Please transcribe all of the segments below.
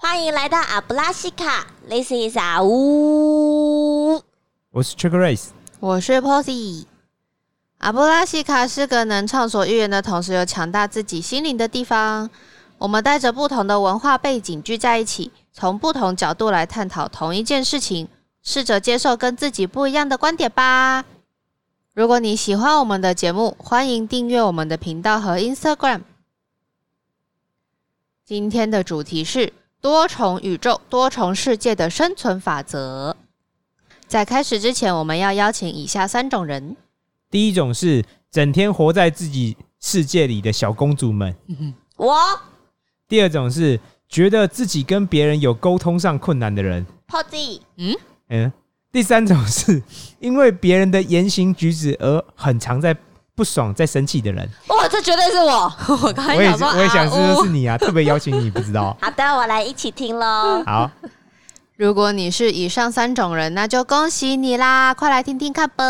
欢迎来到阿布拉西卡 ，This is 阿乌， 我是 Trick Race， 我是 Posy。阿布拉西卡是个能畅所欲言的同时又强大自己心灵的地方。我们带着不同的文化背景聚在一起，从不同角度来探讨同一件事情，试着接受跟自己不一样的观点吧。如果你喜欢我们的节目，欢迎订阅我们的频道和 Instagram。今天的主题是多重宇宙、多重世界的生存法则。在开始之前，我们要邀请以下3种人。 第一种是整天活在自己世界里的小公主们， 我第二种是觉得自己跟别人有沟通上困难的人， Posy， 第三种是因为别人的言行举止而很常在不爽、在生气的人。 哇，这绝对是我。 我刚才想说， 我也想说是你啊，特别邀请你，不知道。 好的，我来一起听咯。 好， 如果你是以上3种人，那就恭喜你啦，快来听听看吧。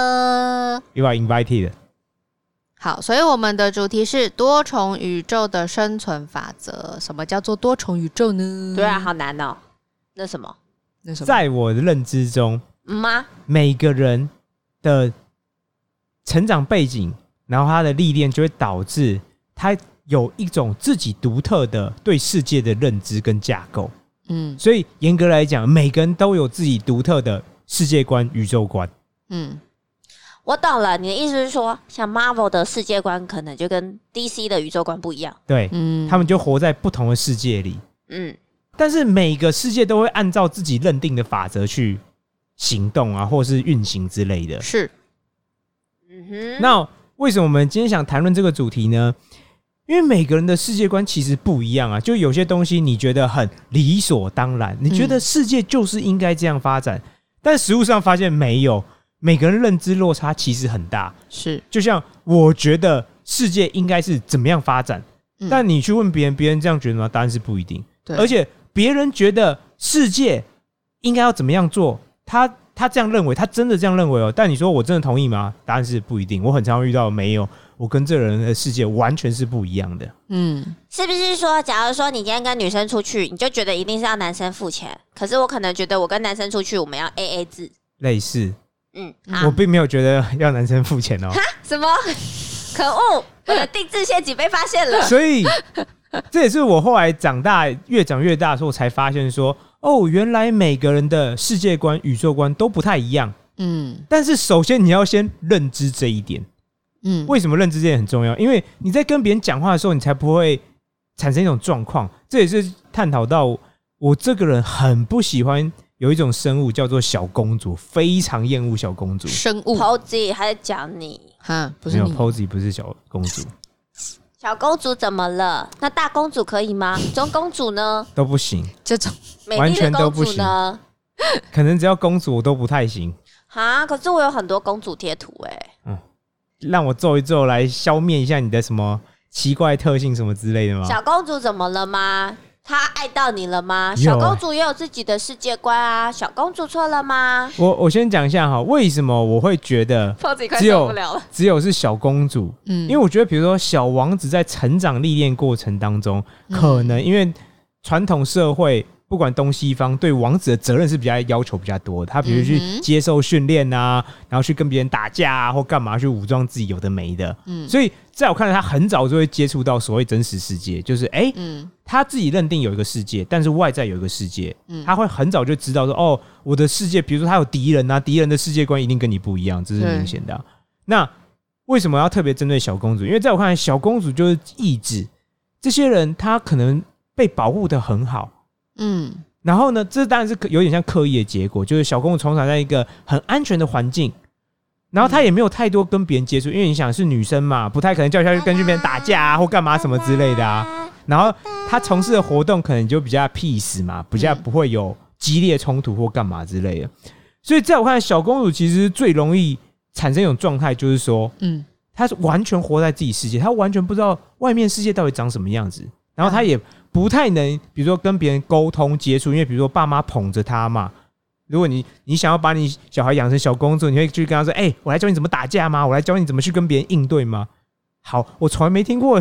You are invited。 好，所以我们的主题是多重宇宙的生存法则。什么叫做多重宇宙呢？ 对啊，好难哦。那什么？ 在我的认知中， 吗？ 每个人的成长背景，然后他的历练，就会导致他有一种自己独特的对世界的认知跟架构。所以严格来讲，每个人都有自己独特的世界观、宇宙观。 我懂了，你的意思是说，像 Marvel 的世界观可能就跟 DC 的宇宙观不一样。 对，他们就活在不同的世界里。但是每个世界都会按照自己认定的法则去行动啊，或是运行之类的。 是。 那为什么我们今天想谈论这个主题呢？因为每个人的世界观其实不一样啊，就有些东西你觉得很理所当然，你觉得世界就是应该这样发展，但实务上发现没有，每个人认知落差其实很大。 是， 就像我觉得世界应该是怎么样发展，但你去问别人，别人这样觉得吗？答案是不一定。 对， 而且别人觉得世界应该要怎么样做，他这样认为，他真的这样认为哦。但你说我真的同意吗？答案是不一定。我很常遇到没有，我跟这个人的世界完全是不一样的。 是不是说，假如说你今天跟女生出去，你就觉得一定是要男生付钱，可是我可能觉得我跟男生出去，我们要 AA 制。 类似。 好我并没有觉得要男生付钱哦。 哈？什么？可恶！我的定制陷阱被发现了。 所以这也是我后来长大越长越大的时候才发现说，哦，原来每个人的世界观、宇宙观都不太一样。但是首先你要先认知这一点。为什么认知这点很重要？因为你在跟别人讲话的时候，你才不会产生一种状况。这也是探讨到我这个人很不喜欢有一种生物叫做小公主，非常厌恶小公主。 生物 Posy 还在讲你， 不是你。 没有 Posy 不是小公主。 小公主怎么了？那大公主可以吗？中公主呢？ 都不行， 这种美丽的公主呢？ 可能只要公主我都不太行。 哈，可是我有很多公主贴图让我皱一皱来消灭一下你的什么奇怪特性什么之类的吗？ 小公主怎么了吗？她爱到你了吗？小公主也有自己的世界观啊，小公主错了吗？ 我先讲一下哈，为什么我会觉得只有是小公主？因为我觉得比如说小王子在成长历练过程当中，可能因为传统社会不管东西方对王子的责任是比较要求比较多的，他比如去接受训练啊，然后去跟别人打架啊，或干嘛去武装自己有的没的。所以在我看来，他很早就会接触到所谓真实世界，就是他自己认定有一个世界，但是外在有一个世界，他会很早就知道说，哦，我的世界，比如说他有敌人啊，敌人的世界观一定跟你不一样，这是明显的。那为什么要特别针对小公主？因为在我看来，小公主就是意志，这些人他可能被保护得很好。然后呢，这当然是有点像刻意的结果，就是小公主从小在一个很安全的环境，然后她也没有太多跟别人接触，因为你想是女生嘛，不太可能叫下去跟别人打架啊或干嘛什么之类的啊。然后她从事的活动可能就比较 peace 嘛，比较不会有激烈冲突或干嘛之类的。所以在我看来，小公主其实最容易产生一种状态，就是说，她是完全活在自己世界，她完全不知道外面世界到底长什么样子，然后她也不太能，比如说跟别人沟通接触，因为比如说爸妈捧着他嘛。如果你想要把你小孩养成小公主，你会去跟他说：“我来教你怎么打架吗？我来教你怎么去跟别人应对吗？”好，我从来没听过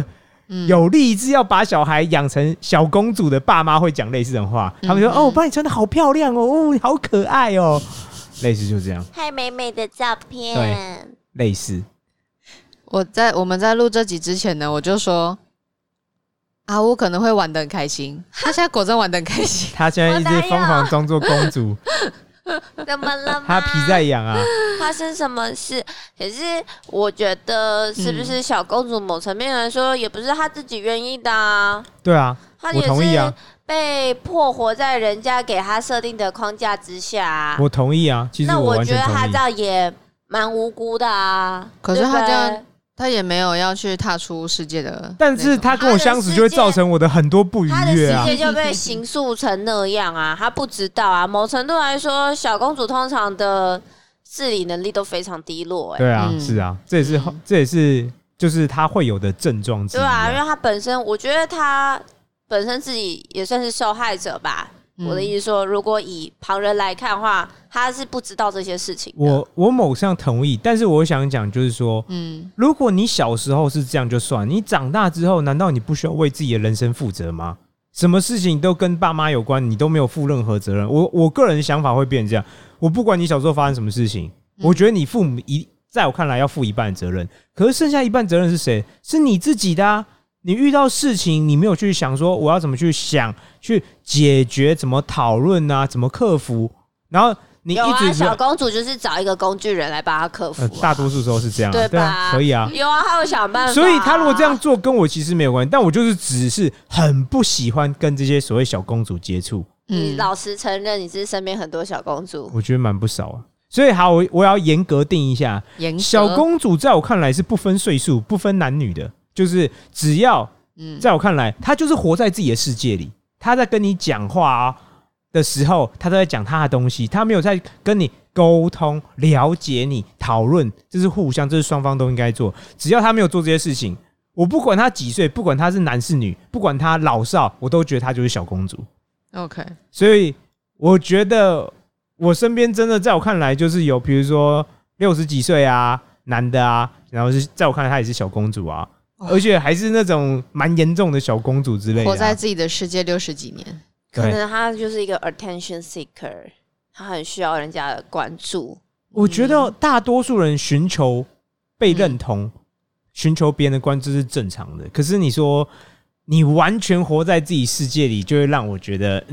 有立志要把小孩养成小公主的爸妈会讲类似的话，他们说：“哦，我帮你穿的好漂亮哦，好可爱哦。”类似就这样， 拍美美的照片。 对，类似。 我们在录这集之前呢，我就说阿乌可能会玩得很开心，他现在果真玩得很开心。 他现在一直疯狂装作公主。 怎么了吗？ 他皮在痒啊！ 发生什么事？可是我觉得，是不是小公主某层面来说，也不是她自己愿意的啊？ 对啊，我同意啊。 被迫活在人家给她设定的框架之下。 我同意啊，其实我完全同意。 那我觉得她这样也蛮无辜的啊。 可是她这样。他也没有要去踏出世界的， 但是他跟我相处就会造成我的很多不愉悦啊。 他的世界就被形塑成那样啊，他不知道啊。某程度来说，小公主通常的自理能力都非常低落。 对啊，是啊，这也是就是他会有的症状之一。 对啊，因为他本身，我觉得他本身自己也算是受害者吧。我的意思说，如果以旁人来看的话，他是不知道这些事情的。 我某上同意，但是我想讲就是说，如果你小时候是这样就算，你长大之后，难道你不需要为自己的人生负责吗？什么事情都跟爸妈有关，你都没有负任何责任。我个人的想法会变成这样，我不管你小时候发生什么事情，我觉得你父母在我看来要负一半的责任，可是剩下一半责任是谁？是你自己的啊。你遇到事情，你没有去想说我要怎么去想、去解决、怎么讨论啊、怎么克服，然后你一直小公主就是找一个工具人来帮她克服、 大多数时候是这样、 对吧？ 对啊，可以啊， 有啊，她有想办法、 所以她如果这样做，跟我其实没有关系，但我就是只是很不喜欢跟这些所谓小公主接触。 你老实承认，你是身边很多小公主， 我觉得蛮不少啊。所以好，我要严格定一下，小公主在我看来是不分岁数、不分男女的。就是只要，在我看来，他就是活在自己的世界里。他在跟你讲话的时候，他都在讲他的东西，他没有在跟你沟通、了解你、讨论，这是互相，这是双方都应该做。只要他没有做这些事情，我不管他几岁，不管他是男是女，不管他老少，我都觉得他就是小公主。 OK， 所以我觉得我身边真的在我看来就是有，比如说60几岁啊，男的啊，然后是在我看来他也是小公主啊。而且还是那种蛮严重的小公主之类的、 活在自己的世界60几年， 可能她就是一个 attention seeker， 她很需要人家的关注。 我觉得大多数人寻求被认同、寻求别人的关注是正常的。可是你说你完全活在自己世界里，就会让我觉得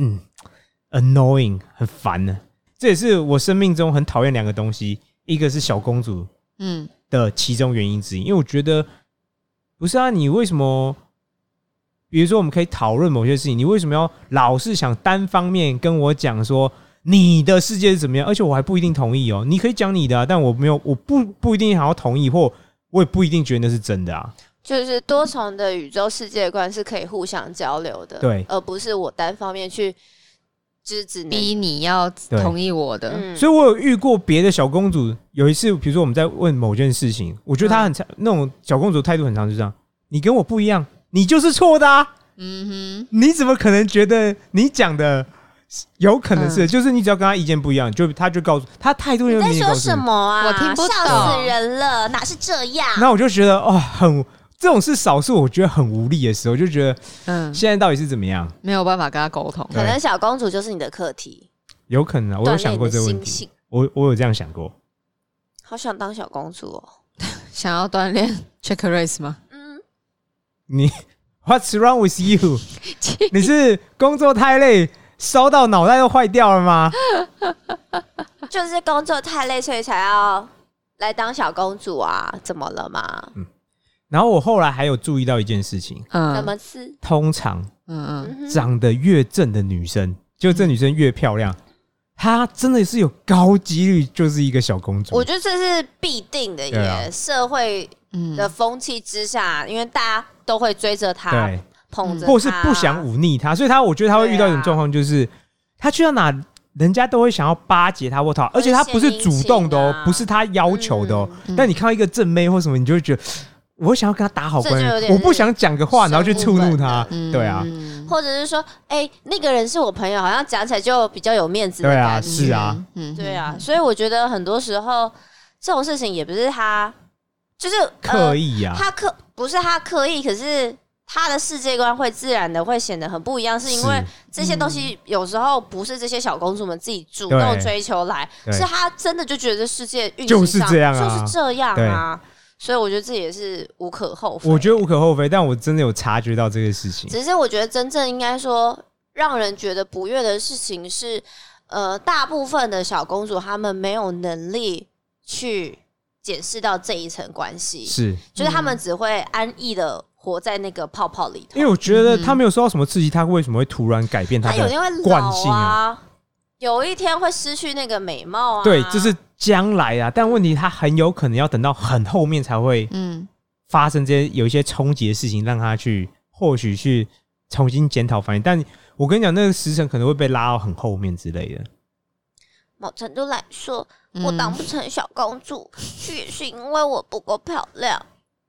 annoying， 很烦呢。这也是我生命中很讨厌两个东西，一个是小公主的其中原因之一，因为我觉得。不是啊，你为什么？比如说，我们可以讨论某些事情，你为什么要老是想单方面跟我讲说你的世界是怎么样？而且我还不一定同意哦。你可以讲你的、啊，但我没有，我不一定想要同意，或我也不一定觉得那是真的啊。 就是多重的宇宙世界观是可以互相交流的， 对， 而不是我单方面去只逼你要同意我的。 所以我有遇过别的小公主，有一次，比如说我们在问某件事情，我觉得她那种小公主态度很常，就这样，你跟我不一样，你就是错的啊。你怎么可能觉得你讲的有可能是？就是你只要跟她意见不一样，他就告诉她态度。 你在说什么啊？ 我听不懂， 笑死人了，哪是这样？ 那我就觉得这种是少数，我觉得很无力的时候，就觉得现在到底是怎么样， 没有办法跟她沟通。 可能小公主就是你的课题， 有可能啊，我有想过这个问题，我有这样想过。 好想当小公主哦， 想要锻炼 check race 吗？ 你 What's wrong with you？ 你是工作太累，烧到脑袋都坏掉了吗？ 就是工作太累，所以才要来当小公主啊？怎么了嘛？ 然后我后来还有注意到一件事情， 什么事？ 通常长得越正的女生，就这女生越漂亮，她真的是有高几率就是一个小公主。 我觉得这是必定的耶，社会的风气之下，因为大家都会追着她，捧着她， 或是不想忤逆她，所以我觉得她会遇到一种状况，就是她去到哪，人家都会想要巴结她或讨，而且她不是主动的哦，不是她要求的哦。但你看到一个正妹或什么，你就会觉得。我想要跟他打好关系，我不想讲个话，然后去触怒他。对啊， 或者是说，那个人是我朋友，好像讲起来就比较有面子的感觉。 对啊，是啊， 对啊，所以我觉得很多时候这种事情也不是他就是刻意啊， 不是他刻意，可是他的世界观会自然的会显得很不一样，是因为这些东西有时候不是这些小公主们自己主动追求来，是他真的就觉得这世界运行上就是这样啊，所以我觉得这也是无可厚非。 我觉得无可厚非，但我真的有察觉到这个事情。 只是我觉得真正应该说让人觉得不悦的事情是，大部分的小公主她们没有能力去检视到这一层关系，就是她们只会安逸的活在那个泡泡里头。 因为我觉得她没有受到什么刺激，她为什么会突然改变她的惯性啊？ 有一天会失去那个美貌啊。 对，这是将来啊，但问题她很有可能要等到很后面才会发生这些有一些冲击的事情，让她去或许去重新检讨反应。但我跟你讲，那个时辰可能会被拉到很后面之类的。 某程度来说，我当不成小公主，也是因为我不够漂亮。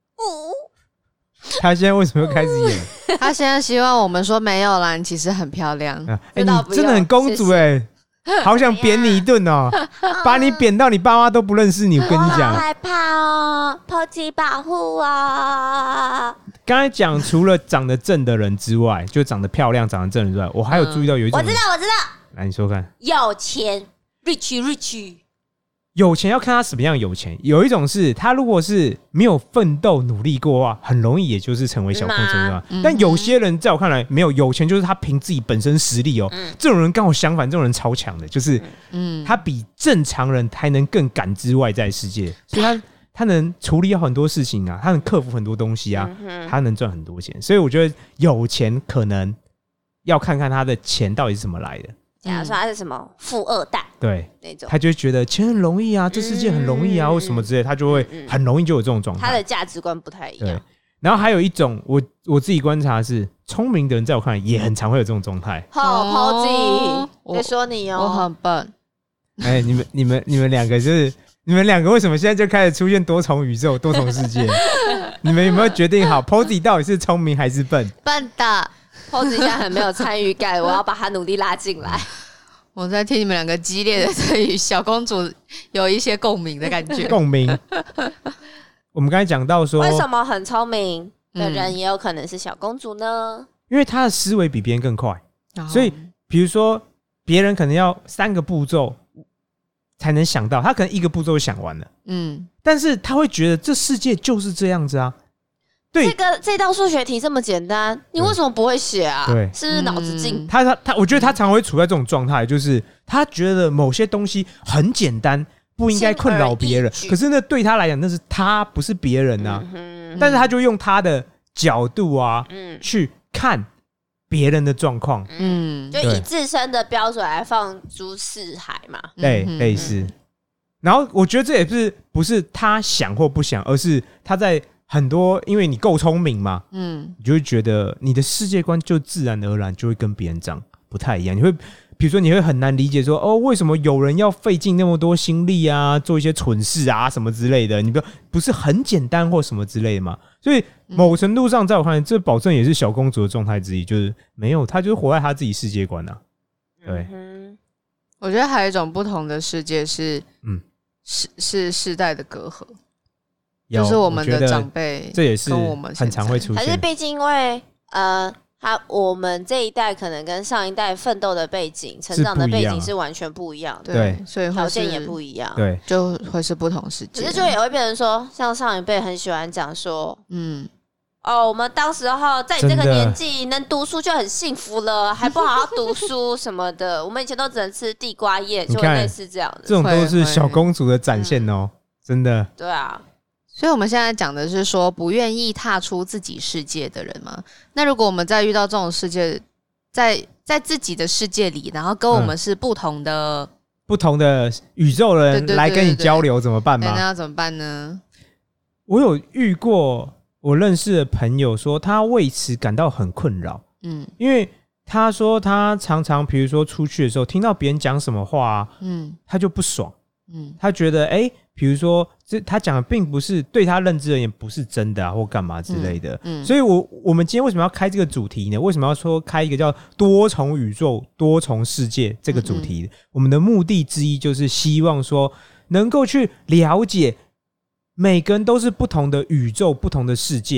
他现在为什么又开始演？ 他现在希望我们说没有啦，你其实很漂亮。 你真的很公主好想扁你一顿哦，把你扁到你爸妈都不认识你。我跟你讲， 好害怕哦，Posy保护我。 刚才讲除了长得正的人之外，就长得漂亮、长得正的人之外，我还有注意到有一种， 我知道， 来你说看， 有钱。rich 有钱要看他什么样的有钱，有一种是他如果是没有奋斗努力过的话，很容易也就是成为小公主但有些人在我看来没有有钱，就是他凭自己本身实力这种人刚好相反，这种人超强的，就是他比正常人还能更感知外在世界，所以他能处理很多事情啊，他能克服很多东西啊，他能赚很多钱，所以我觉得有钱可能要看看他的钱到底是怎么来的。 假如说他是什么富二代， 对那种， 他就会觉得钱很容易啊，这世界很容易啊，或什么之类，他就会很容易就有这种状态。 他的价值观不太一样。 对，然后还有一种，我自己观察的是，聪明的人在我看来也很常会有这种状态。 Posy，别说你我很笨。 你们两个就是你们两个为什么现在就开始出现多重宇宙、多重世界？你们有没有决定好 ，Posy 到底是聪明还是笨？ 笨的。 Posy 现在很没有参与感，我要把他努力拉进来。 我在听你们两个激烈的对于小公主有一些共鸣的感觉。 共鸣。我们刚才讲到说， 为什么很聪明的人也有可能是小公主呢？ 因为他的思维比别人更快，所以比如说别人可能要3个步骤才能想到，他可能1个步骤就想完了。但是他会觉得这世界就是这样子啊。对， 这道数学题这么简单，你为什么不会写啊？ 对， 是不是脑子进？ 我觉得他常会处在这种状态，就是他觉得某些东西很简单，不应该困扰别人。可是那对他来讲，那是他，不是别人啊。但是他就用他的角度啊，去看别人的状况， 就以自身的标准来放诸四海嘛。 对，类似。然后我觉得这也不是他想或不想，而是他在。很多，因为你够聪明嘛，你就会觉得你的世界观就自然而然就会跟别人长不太一样。你会，比如说，你会很难理解说，为什么有人要费尽那么多心力啊，做一些蠢事啊什么之类的？你不是很简单或什么之类的嘛？所以某程度上，在我看来，这保证也是小公主的状态之一，就是没有，她就是活在她自己世界观啊。对， 我觉得还有一种不同的世界是，是世代的隔阂。就是我们的长辈， 这也是很常会出现。 可是毕竟因为我们这一代可能跟上一代奋斗的背景、成长的背景是完全不一样的， 对， 所以条件也不一样， 对， 就会是不同世界。 可是就也会变成说，像上一辈很喜欢讲说，我们当时候在你这个年纪能读书就很幸福了，还不好好读书什么的。我们以前都只能吃地瓜叶，就类似这样的。 这种都是小公主的展现哦，真的。 对啊。 所以我们现在讲的是说不愿意踏出自己世界的人嘛。那如果我们再遇到这种世界，在自己的世界里，然后跟我们是不同的宇宙人来跟你交流，怎么办嘛？ 那要怎么办呢？ 我有遇过我认识的朋友说，他为此感到很困扰。因为他说他常常比如说出去的时候，听到别人讲什么话他就不爽。他觉得比如说他讲的并不是对他认知而言不是真的啊，或干嘛之类的。所以我们今天为什么要开这个主题呢？为什么要说开一个叫多重宇宙多重世界这个主题？我们的目的之一就是希望说能够去了解每个人都是不同的宇宙不同的世界嘛。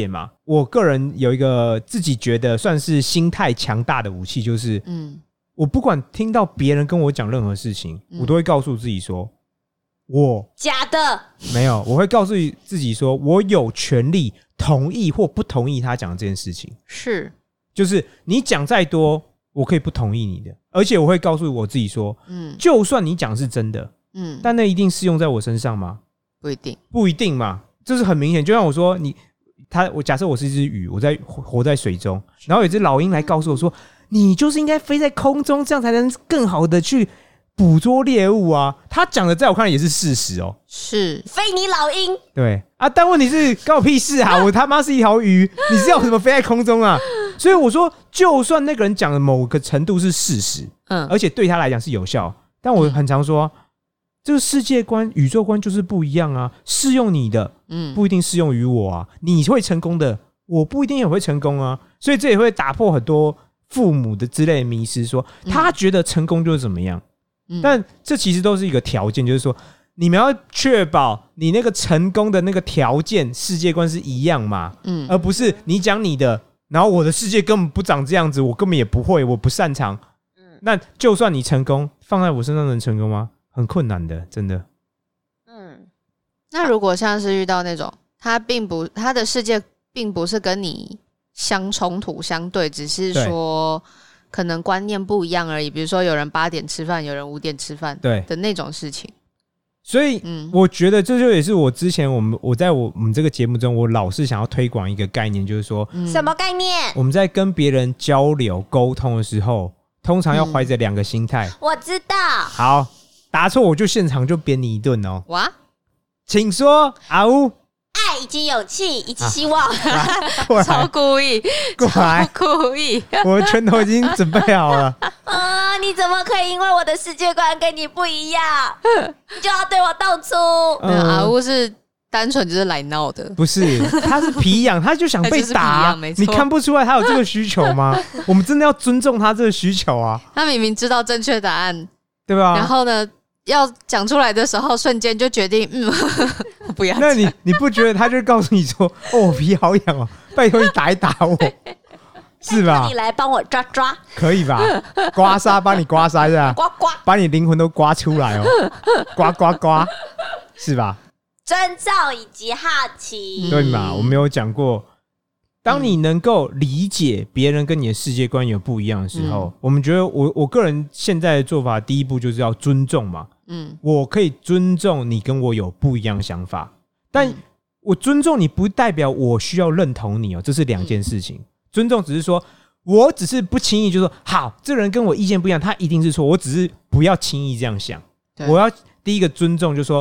我个人有一个自己觉得算是心态强大的武器，就是我不管听到别人跟我讲任何事情，我都会告诉自己说，我假的没有，我会告诉自己说，我有权利同意或不同意他讲的这件事情。 是， 就是你讲再多，我可以不同意你的，而且我会告诉我自己说，就算你讲是真的，但那一定适用在我身上吗？ 不一定， 不一定嘛，这是很明显。就像我说，我假设我是一只鱼，我活在水中，然后有只老鹰来告诉我说，你就是应该飞在空中，这样才能更好的去捕捉猎物啊。他讲的在我看来也是事实哦， 是飞你老鹰， 对啊，但问题是关我屁事啊！我他妈是一条鱼，你是要什么飞在空中啊？所以我说，就算那个人讲的某个程度是事实，而且对他来讲是有效，但我很常说，这个世界观、宇宙观就是不一样啊，适用你的，不一定适用于我啊。你会成功的，我不一定也会成功啊。所以这也会打破很多父母的之类的迷思，说他觉得成功就是怎么样，但这其实都是一个条件，就是说你们要确保你那个成功的那个条件、世界观是一样嘛，而不是你讲你的，然后我的世界根本不长这样子，我根本也不会，我不擅长。那就算你成功，放在我身上能成功吗？很困难的，真的。 那如果像是遇到那种他的世界并不是跟你相冲突相对，只是说可能观念不一样而已，比如说有人8点吃饭，有人5点吃饭的那种事情。 所以我觉得这就也是我之前我在我们这个节目中，我老是想要推广一个概念，就是说什么概念？ 我们在跟别人交流沟通的时候，通常要怀着2个心态。 我知道。 好，答错我就现场就扁你一顿哦。 哇， 请说，阿乌。 爱以及勇气以及希望。 超故意，超故意。 我的拳头已经准备好了。 你怎么可以因为我的世界观跟你不一样，你就要对我动粗？ 阿乌是单纯就是来闹的， 不是，他是皮痒，他就想被打。你看不出来他有这个需求吗？我们真的要尊重他这个需求啊。 他明明知道正确答案， 对吧？ 然后呢，要讲出来的时候，瞬间就决定，我不要。 那你不觉得他就告诉你说，我皮好痒哦，拜托你打一打我，是吧？ 你来帮我抓抓， 可以吧？刮痧，帮你刮痧一下， 刮刮， 把你灵魂都刮出来哦，刮刮刮，是吧？ 尊重以及好奇， 对嘛？我们有讲过，当你能够理解别人跟你的世界观有不一样的时候，我们觉得我个人现在的做法，第一步就是要尊重嘛。我可以尊重你跟我有不一样的想法，但我尊重你不代表我需要认同你哦，这是2件事情。尊重只是说，我只是不轻易就说好，这个人跟我意见不一样，他一定是错，我只是不要轻易这样想。我要第一个尊重，就是说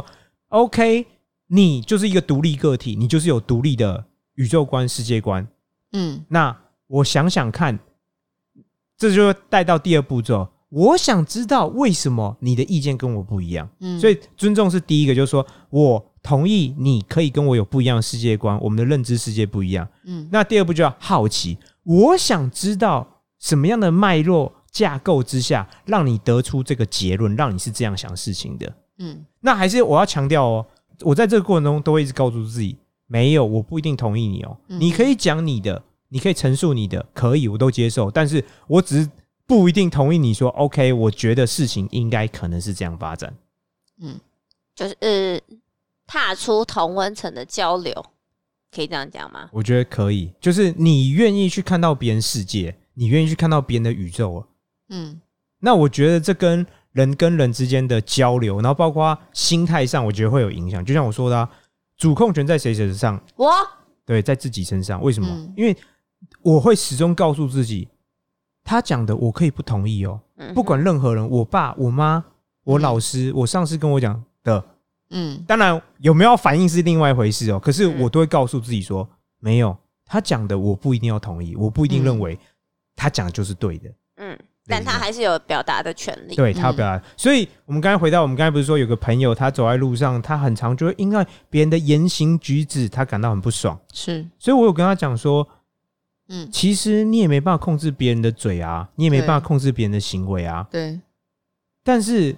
OK， 你就是一个独立个体，你就是有独立的宇宙观、世界观。那我想想看，这就带到第2步骤。我想知道为什么你的意见跟我不一样。所以尊重是第一个，就是说我同意你可以跟我有不一样的世界观，我们的认知世界不一样。那第2步就要好奇，我想知道什么样的脉络架构之下，让你得出这个结论，让你是这样想事情的。那还是我要强调哦，我在这个过程中都会一直告诉自己，没有，我不一定同意你哦。你可以讲你的，你可以陈述你的，可以，我都接受，但是我只是不一定同意你说 OK， 我觉得事情应该可能是这样发展。 就是踏出同温层的交流，可以这样讲吗？ 我觉得可以，就是你愿意去看到别人世界，你愿意去看到别人的宇宙。那我觉得这跟人之间的交流，然后包括心态上，我觉得会有影响。就像我说的主控权在谁身上？ 我。 对，在自己身上。为什么？因为我会始终告诉自己，他讲的我可以不同意哦，不管任何人，我爸、我妈、我老师、我上司跟我讲的，当然有没有反应是另外一回事哦。可是我都会告诉自己说，没有，他讲的我不一定要同意，我不一定认为他讲的就是对的。 但他还是有表达的权利。 对，他有表达。所以我们刚才回到，我们刚才不是说有个朋友，他走在路上，他很常就会因为别人的言行举止，他感到很不爽。 是， 所以我有跟他讲说，其实你也没办法控制别人的嘴啊，你也没办法控制别人的行为啊。 对。 但是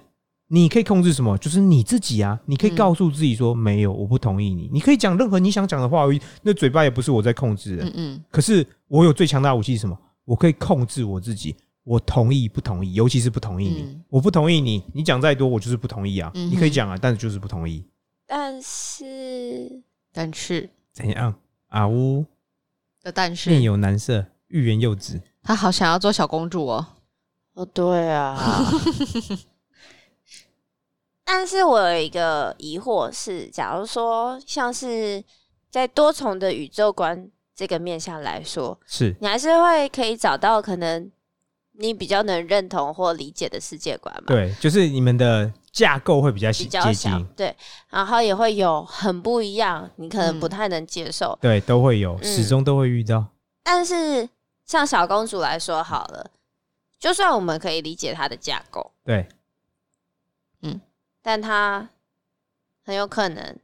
你可以控制什么？就是你自己啊！你可以告诉自己说，没有，我不同意你。你可以讲任何你想讲的话，那嘴巴也不是我在控制的。可是我有最强大的武器是什么？我可以控制我自己，我同意不同意，尤其是不同意你。我不同意你，你讲再多，我就是不同意啊。你可以讲啊，但是就是不同意。 但是怎样？阿乌的但是面有难色，欲言又止。 他好想要做小公主哦。 对啊。但是我有一个疑惑是，假如说像是在多重的宇宙观这个面向来说， 是你还是会可以找到可能你比较能认同或理解的世界观嘛？ 对，就是你们的架构会比较接近， 对，然后也会有很不一样，你可能不太能接受， 对，都会有，始终都会遇到。 但是像小公主来说好了，就算我们可以理解她的架构， 对， 但她很有可能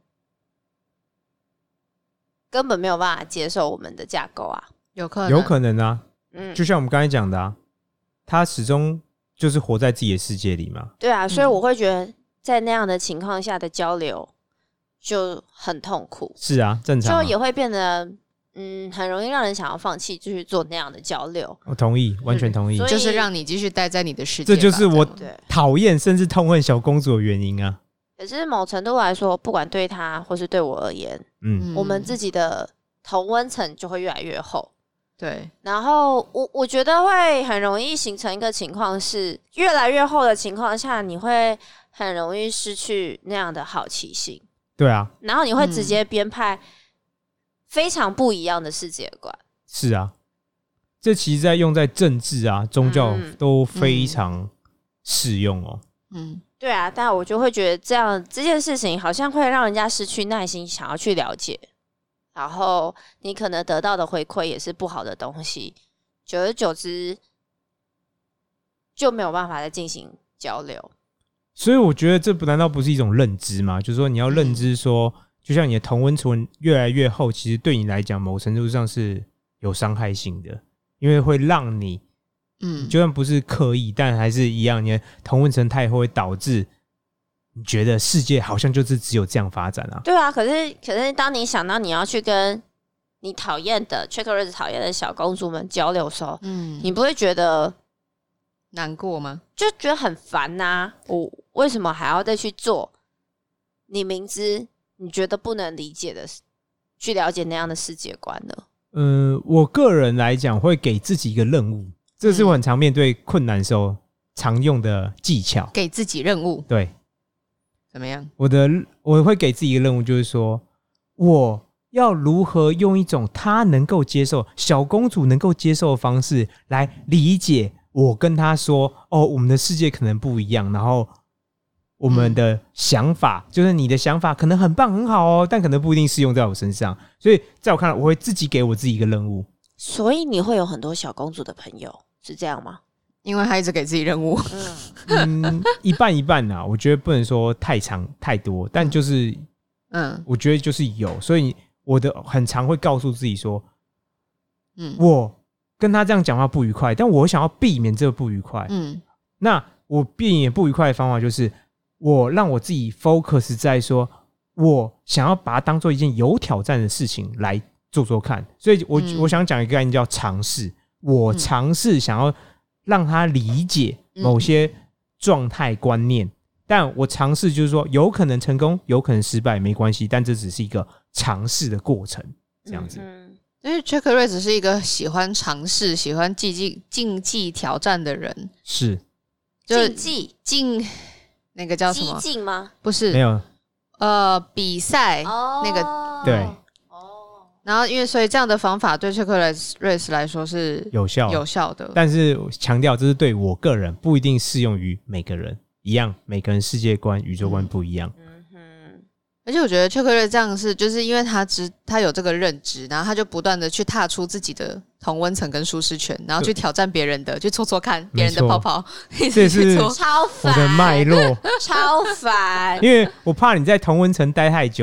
根本没有办法接受我们的架构啊， 有可能啊，就像我们刚才讲的啊，她始终就是活在自己的世界里嘛。 对啊，所以我会觉得在那样的情况下的交流就很痛苦。 是啊，正常啊， 就也会变得很容易让人想要放弃，就是做那样的交流。 我同意，完全同意， 就是让你继续待在你的世界。 这就是我讨厌甚至痛恨小公主的原因啊。 可是某程度来说，不管对她或是对我而言，我们自己的同温层就会越来越厚。 对， 然后我觉得会很容易形成一个情况是，越来越厚的情况下，你会很容易失去那样的好奇心。 对啊， 然后你会直接编排非常不一样的世界观。 是啊，这其实在用在政治啊、宗教都非常适用哦。 对啊，但我就会觉得这件事情好像会让人家失去耐心，想要去了解。然后你可能得到的回馈也是不好的东西，久而久之就没有办法再进行交流。 所以我觉得这难道不是一种认知吗？就是说你要认知说，就像你的同温层越来越厚，其实对你来讲某程度上是有伤害性的，因为会让你就算不是刻意，但还是一样，你的同温层太厚会导致你觉得世界好像就是只有这样发展啊。 对啊，可是当你想到你要去跟你讨厌的 Checklist 讨厌的小公主们交流的时候，你不会觉得难过吗？ 就觉得很烦啊，我为什么还要再去做你明知你觉得不能理解的，去了解那样的世界观呢？ 我个人来讲会给自己一个任务，这是我很常面对困难时候常用的技巧。 给自己任务， 对， 怎么样？ 我会给自己一个任务，就是说我要如何用一种他能够接受、小公主能够接受的方式来理解我跟他说，我们的世界可能不一样，然后我们的想法，就是你的想法可能很棒很好哦，但可能不一定适用在我身上。所以在我看来，我会自己给我自己一个任务。 所以你会有很多小公主的朋友，是这样吗？ 因为他一直给自己任务。 一半一半啊，我觉得不能说太长太多，但就是我觉得就是有，所以我很常会告诉自己说，我跟他这样讲话不愉快，但我想要避免这个不愉快。那我避免不愉快的方法就是我让我自己 focus 在说我想要把它当做一件有挑战的事情来做做看。所以我想讲一个概念叫尝试，我尝试想要让他理解某些状态观念，但我尝试就是说有可能成功有可能失败没关系，但这只是一个尝试的过程这样子。 因为 Checklist 是一个喜欢尝试喜欢竞技挑战的人。是竞那个叫什么？ 激进吗？ 不是， 没有比赛那个对。 然后因为所以这样的方法对 Checklist 来说是有效的， 但是强调这是对我个人，不一定适用于每个人一样，每个人世界观宇宙观不一样。 而且我觉得 Checklist 这样是就是因为他有这个认知，然后他就不断的去踏出自己的同温层跟舒适圈，然后去挑战别人的，去搓搓看别人的泡泡， 这是超烦我的脉络， 超烦。 因为我怕你在同温层待太久，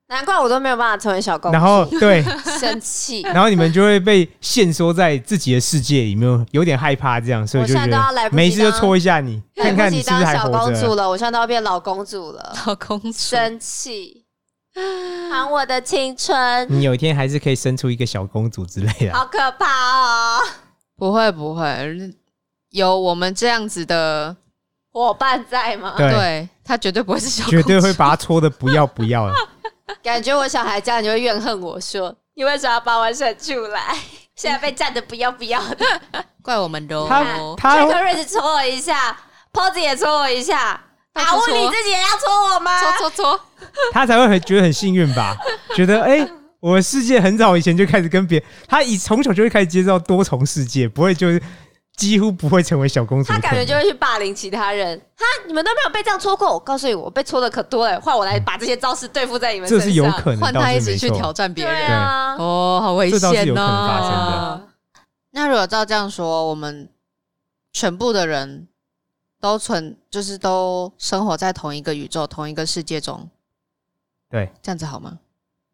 难怪我都没有办法成为小公主。 然后对， 生气， 然后你们就会被限缩在自己的世界里面，有点害怕这样，所以就觉得每一次就戳一下你，看看你是不是还活着。 小公主了，我现在都要变老公主了。 老公主， 生气，还我的青春。 你有一天还是可以生出一个小公主之类的。 好可怕哦！ 不会，有我们这样子的伙伴在吗？ 对，他绝对不会是小公主， 绝对会把他戳的不要不要的。 感觉我小孩这样就会怨恨我说，你为什么要把我生出来？现在被占的不要不要的， 怪我们的。 他瑞克瑞子戳我一下 ，Posy 也戳我一下，阿乌你自己也要戳我吗？ 戳， 他才会觉得很幸运吧？觉得我的世界很早以前就开始跟别人，他从小就会开始接触到多重世界，不会就是几乎不会成为小公主。 他感觉就会去霸凌其他人。哈，你们都没有被这样戳过，我告诉你，我被戳的可多了。换我来把这些招式对付在你们身上， 这是有可能， 换他一直去挑战别人。 对啊， 哦，好危险哦！ 这倒是有可能发生的。 那如果照这样说，我们全部的人都就是都生活在同一个宇宙、同一个世界中， 对， 这样子好吗？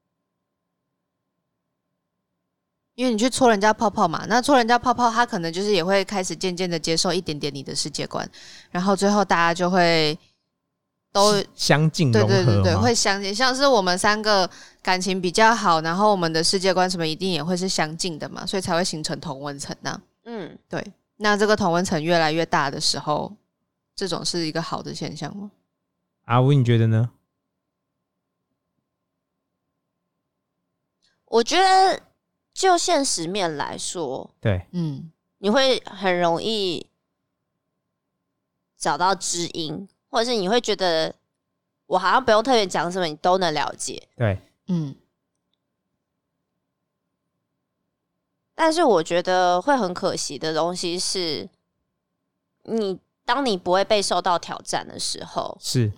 因为你去戳人家泡泡嘛，那戳人家泡泡，他可能就是也会开始渐渐的接受一点点你的世界观，然后最后大家就会都相近融合， 对，会相近。像是我们三个感情比较好，然后我们的世界观什么一定也会是相近的嘛，所以才会形成同温层啊。对。那这个同温层越来越大的时候，这种是一个好的现象吗？ 阿乌，你觉得呢？ 我觉得就现实面来说， 对， 你会很容易找到知音，或者是你会觉得我好像不用特别讲什么，你都能了解。 对， 但是我觉得会很可惜的东西是，当你不会被受到挑战的时候，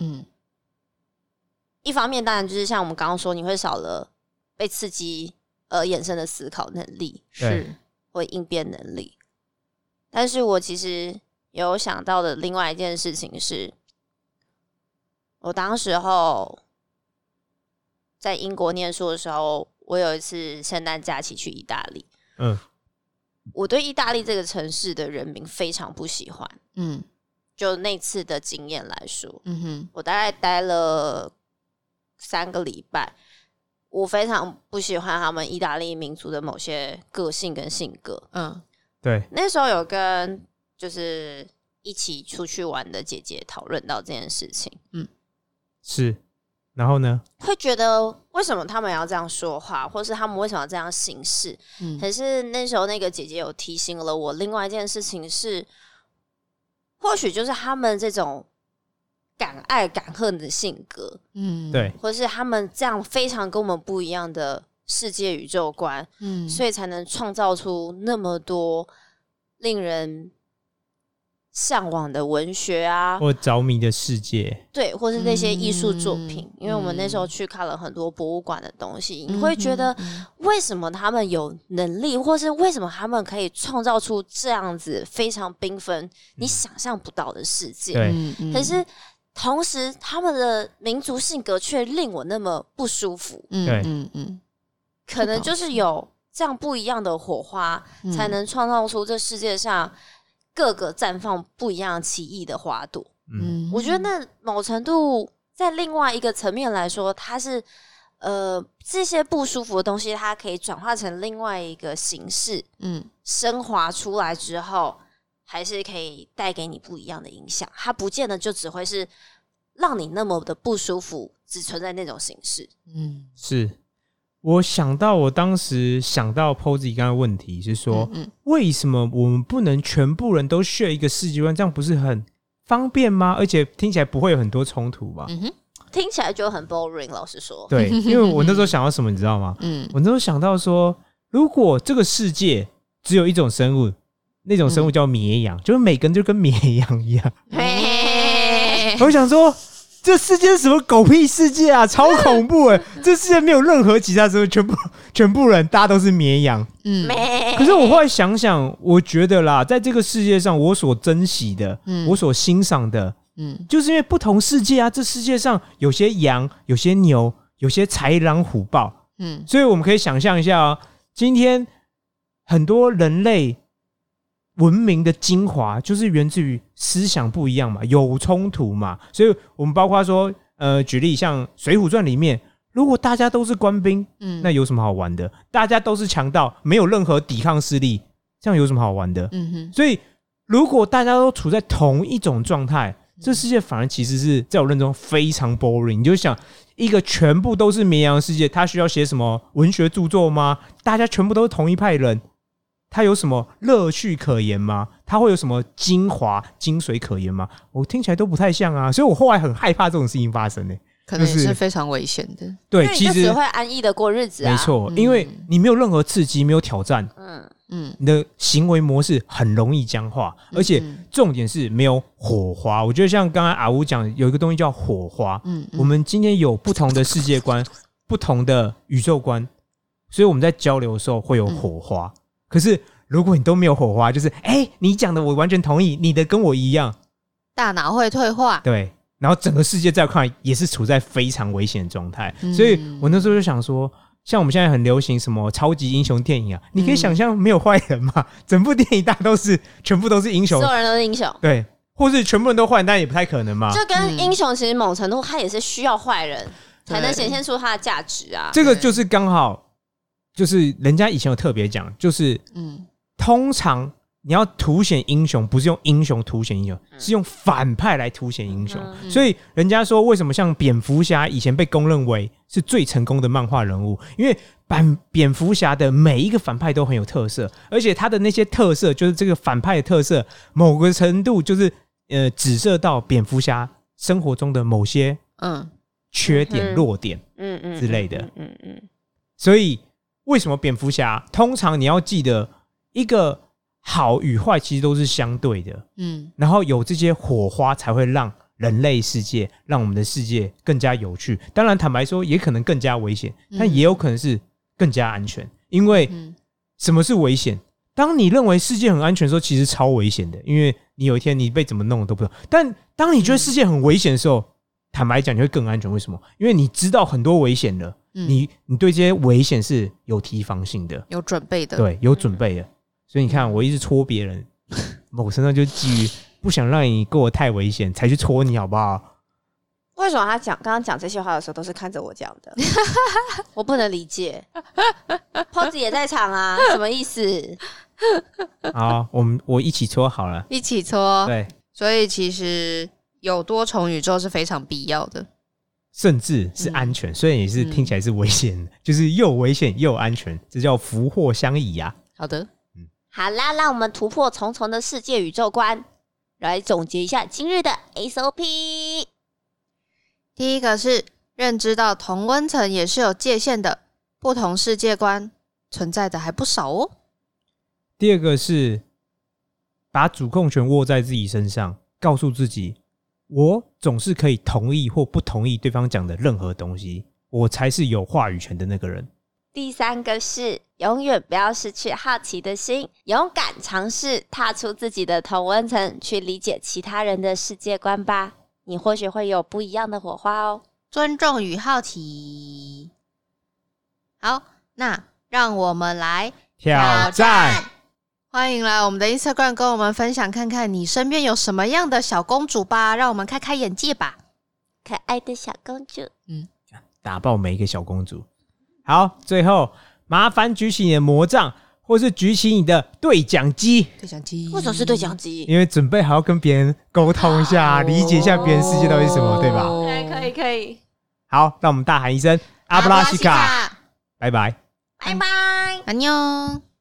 一方面当然就是像我们刚刚说，你会少了被刺激而衍生的思考能力， 是或应变能力。但是我其实有想到的另外一件事情是，我当时候在英国念书的时候，我有一次圣诞假期去意大利。我对意大利这个城市的人民非常不喜欢。就那次的经验来说，我大概待了3个礼拜，我非常不喜欢他们意大利民族的某些个性跟性格。 对， 那时候有跟就是一起出去玩的姐姐讨论到这件事情。 是。然后呢？ 会觉得为什么他们要这样说话，或是他们为什么要这样行事？可是那时候那个姐姐有提醒了我，另外一件事情是，或许就是他们这种敢爱敢恨的性格， 对， 或是他们这样非常跟我们不一样的世界宇宙观，所以才能创造出那么多令人向往的文学啊， 或着迷的世界， 对，或是那些艺术作品。因为我们那时候去看了很多博物馆的东西，你会觉得为什么他们有能力，或是为什么他们可以创造出这样子非常缤纷、你想象不到的世界？可是同时他们的民族性格却令我那么不舒服。可能就是有这样不一样的火花，才能创造出这世界上各个绽放不一样奇异的花朵。我觉得那某程度在另外一个层面来说，它是这些不舒服的东西，它可以转化成另外一个形式，升华出来之后，还是可以带给你不一样的影响。它不见得就只会是让你那么的不舒服，只存在那种形式。 是。我当时想到 Posy 刚刚的问题是说，为什么我们不能全部人都 share 一个世界观？这样不是很方便吗？而且听起来不会有很多冲突吗？ 听起来就很 boring， 老实说。 对，因为我那时候想到什么，你知道吗？我那时候想到说，如果这个世界只有一种生物，那种生物叫绵羊，就是每个人就跟绵羊一样。我想说，这世界是什么狗屁世界啊，超恐怖欸。这世界没有任何其他生物，全部人大家都是绵羊。可是我后来想想，我觉得啦，在这个世界上我所珍惜的，我所欣赏的，就是因为不同世界啊，这世界上有些羊，有些牛， 有些豺狼虎豹。所以我们可以想象一下今天很多人类文明的精华就是源自于思想不一样嘛，有冲突嘛。所以我们包括说举例像《水浒传》里面，如果大家都是官兵，那有什么好玩的？大家都是强盗，没有任何抵抗势力，这样有什么好玩的？所以如果大家都处在同一种状态，这世界反而其实是在我认中非常 boring。你就想一个全部都是绵羊的世界，他需要写什么文学著作吗？大家全部都是同一派人，他有什么乐趣可言吗？他会有什么精华精髓可言吗？我听起来都不太像啊，所以我后来很害怕这种事情发生可能也是非常危险的。 对，其实只会安逸的过日子啊。 没错，因为你没有任何刺激，没有挑战，你的行为模式很容易僵化，而且重点是没有火花。我觉得像刚才阿吴讲，有一个东西叫火花。我们今天有不同的世界观，不同的宇宙观，所以我们在交流的时候会有火花。可是如果你都没有火花，就是你讲的我完全同意，你的跟我一样， 大脑会退化。 对。然后整个世界在我看来也是处在非常危险的状态，所以我那时候就想说，像我们现在很流行什么超级英雄电影啊，你可以想象没有坏人嘛，整部电影大家全部都是英雄， 所有人都是英雄， 对，或是全部人都坏人，但也不太可能嘛。 就跟英雄其实某程度他也是需要坏人才能显现出他的价值啊。 这个就是刚好，就是人家以前有特别讲，就是通常你要凸显英雄，不是用英雄凸显英雄，是用反派来凸显英雄。所以人家说，为什么像蝙蝠侠以前被公认为是最成功的漫画人物？因为蝙蝠侠的每一个反派都很有特色，而且他的那些特色，就是这个反派的特色，某个程度就是指涉到蝙蝠侠生活中的某些缺点、弱点之类的。所以为什么蝙蝠侠通常你要记得一个好与坏其实都是相对的，然后有这些火花才会让人类世界，让我们的世界更加有趣。当然坦白说也可能更加危险，但也有可能是更加安全。因为什么是危险？当你认为世界很安全的时候，其实超危险的，因为你有一天你被怎么弄都不知道。但当你觉得世界很危险的时候，坦白讲你会更安全。为什么？因为你知道很多危险了，你对这些危险是有提防性的， 有准备的， 对，有准备的。所以你看，我一直戳别人，某程度就基于不想让你过得太危险，才去戳你，好不好？ 为什么他刚刚讲这些话的时候都是看着我讲的？我不能理解。Pose 也在场啊，什么意思？ 好，我一起戳好了， 一起戳。 对， 所以其实有多重宇宙是非常必要的， 甚至是安全。虽然也是听起来是危险的，就是又危险又安全，这叫福祸相倚啊。 好的。 好啦，让我们突破重重的世界宇宙观，来总结一下今日的 SOP。 第一个是认知到同温层也是有界限的，不同世界观存在的还不少哦。 第二个是把主控权握在自己身上，告诉自己，我总是可以同意或不同意对方讲的任何东西，我才是有话语权的那个人。 第三个是永远不要失去好奇的心，勇敢尝试踏出自己的同温层，去理解其他人的世界观吧，你或许会有不一样的火花哦。 尊重与好奇。好，那让我们来挑战。 欢迎来我们的 Instagram 跟我们分享看看你身边有什么样的小公主吧，让我们开开眼界吧。 可爱的小公主， 打爆每一个小公主。好，最后麻烦举起你的魔杖，或是举起你的对讲机。 对讲机为什么是对讲机？ 因为准备好要跟别人沟通一下，理解一下别人世界到底是什么，对吧？ 可以。 好，让我们大喊一声阿布拉西卡，拜拜， 拜拜， 安妞。